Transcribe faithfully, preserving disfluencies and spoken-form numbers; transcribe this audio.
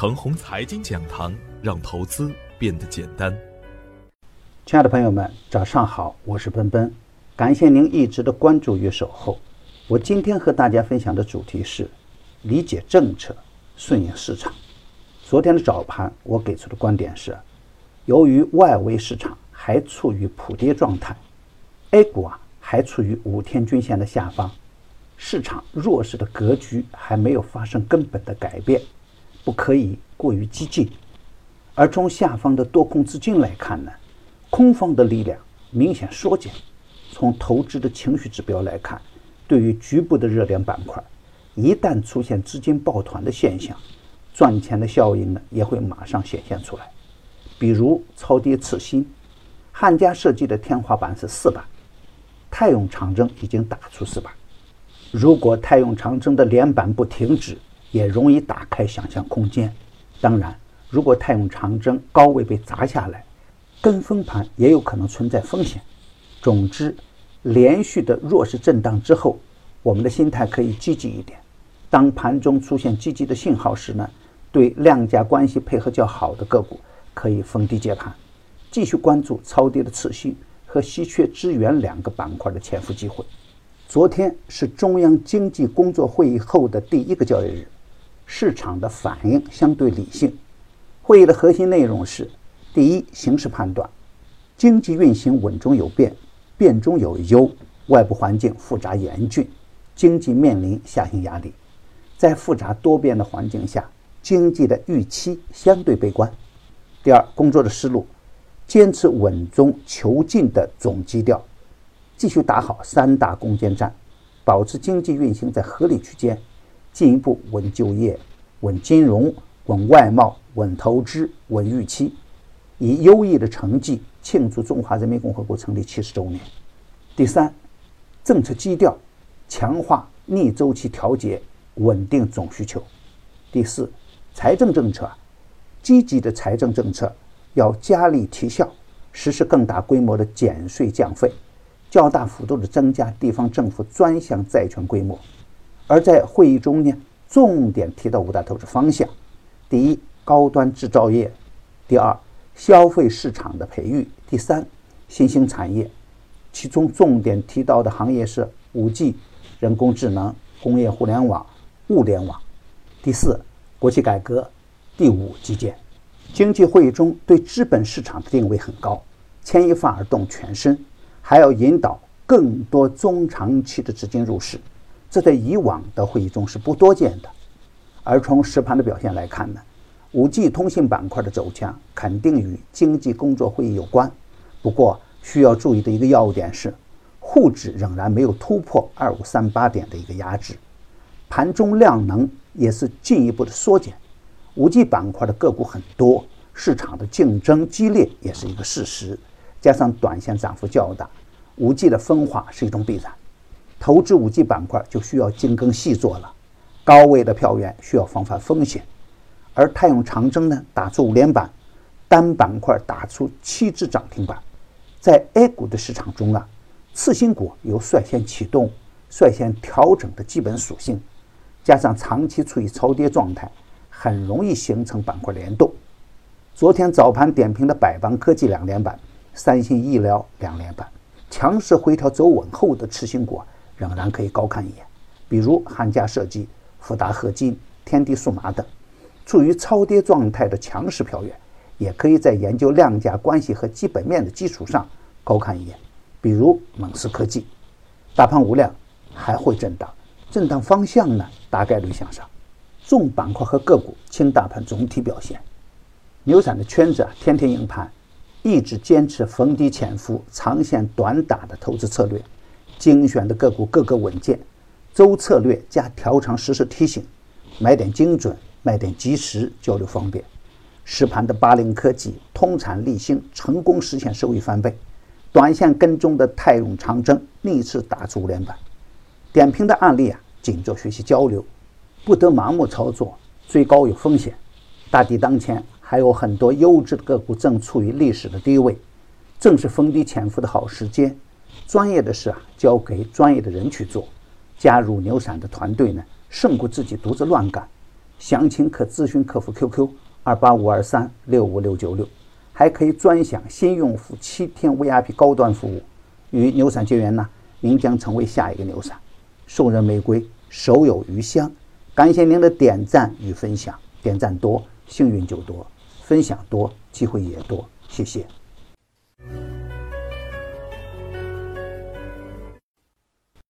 腾宏财经讲堂，让投资变得简单。 亲爱的朋友们，早上好，我是奔奔，感谢您一直的关注与守候。我今天和大家分享的主题是理解政策，顺应市场。昨天的早盘我给出的观点是，由于外围市场还处于普跌状态， A 股啊还处于五天均线的下方，市场弱势的格局还没有发生根本的改变，不可以过于激进。而从下方的多空资金来看呢，空方的力量明显缩减。从投资的情绪指标来看，对于局部的热点板块，一旦出现资金抱团的现象，赚钱的效应呢也会马上显现出来。比如超跌次新，汉家设计的天花板是四百，泰永长征已经打出四百。如果泰永长征的连板不停止，也容易打开想象空间。当然，如果泰永长征高位被砸下来，跟风盘也有可能存在风险。总之，连续的弱势震荡之后，我们的心态可以积极一点。当盘中出现积极的信号时呢，对量价关系配合较好的个股可以逢低接盘，继续关注超跌的次新和稀缺资源两个板块的潜伏机会。昨天是中央经济工作会议后的第一个交易日，市场的反应相对理性。会议的核心内容是：第一，形势判断，经济运行稳中有变，变中有优，外部环境复杂严峻，经济面临下行压力。在复杂多变的环境下，经济的预期相对悲观。第二，工作的思路，坚持稳中求进的总基调，继续打好三大攻坚战，保持经济运行在合理区间，进一步稳就业、稳金融、稳外贸、稳投资、稳预期，以优异的成绩庆祝中华人民共和国成立七十周年。第三，政策基调，强化逆周期调节，稳定总需求。第四，财政政策，积极的财政政策要加力提效，实施更大规模的减税降费，较大幅度的增加地方政府专项债权规模。而在会议中呢，重点提到五大投资方向：第一，高端制造业；第二，消费市场的培育；第三，新兴产业。其中重点提到的行业是 五 G、 人工智能、工业互联网、物联网；第四，国企改革；第五，基建。经济会议中对资本市场的定位很高，牵一发而动全身，还要引导更多中长期的资金入市，这在以往的会议中是不多见的。而从实盘的表现来看呢， 五 G 通信板块的走强肯定与经济工作会议有关。不过需要注意的一个要点是，沪指仍然没有突破二五三八点的一个压制，盘中量能也是进一步的缩减。 五 G 板块的个股很多，市场的竞争激烈也是一个事实，加上短线涨幅较大， 五 G 的分化是一种必然。投资 五 G 板块就需要精耕细作了，高位的票源需要防范风险。而泰永长征呢，打出五连板，单板块打出七只涨停板。在 A 股的市场中啊，次新股有率先启动、率先调整的基本属性，加上长期处于超跌状态，很容易形成板块联动。昨天早盘点评的百邦科技两连板，三星医疗两连板，强势回调走稳后的次新股仍然可以高看一眼，比如汉家设计、富达合金、天地数码等。处于超跌状态的强势票源，也可以在研究量价关系和基本面的基础上高看一眼，比如猛士科技。大盘无量，还会震荡，震荡方向呢大概率向上。重板块和个股轻大盘总体表现。牛散的圈子啊，天天赢盘，一直坚持逢低潜伏、长线短打的投资策略，精选的个股个个稳健，周策略加调长实时提醒，买点精准，卖点及时，交流方便。实盘的八零科技、通产立新成功实现收益翻倍，短线跟踪的泰永长征逆势打出五连板。点评的案例啊，仅做学习交流，不得盲目操作，追高有风险。大敌当前，还有很多优质的个股正处于历史的低位，正是逢低潜伏的好时间。专业的事啊，交给专业的人去做。加入牛散的团队呢，胜过自己独自乱干。 详情可咨询客服 Q Q 二八五二三六五六九六，还可以专享新用户七天 V I P 高端服务。与牛散结缘呢，您将成为下一个牛散。送人玫瑰，手有余香。感谢您的点赞与分享，点赞多，幸运就多；分享多，机会也多。谢谢。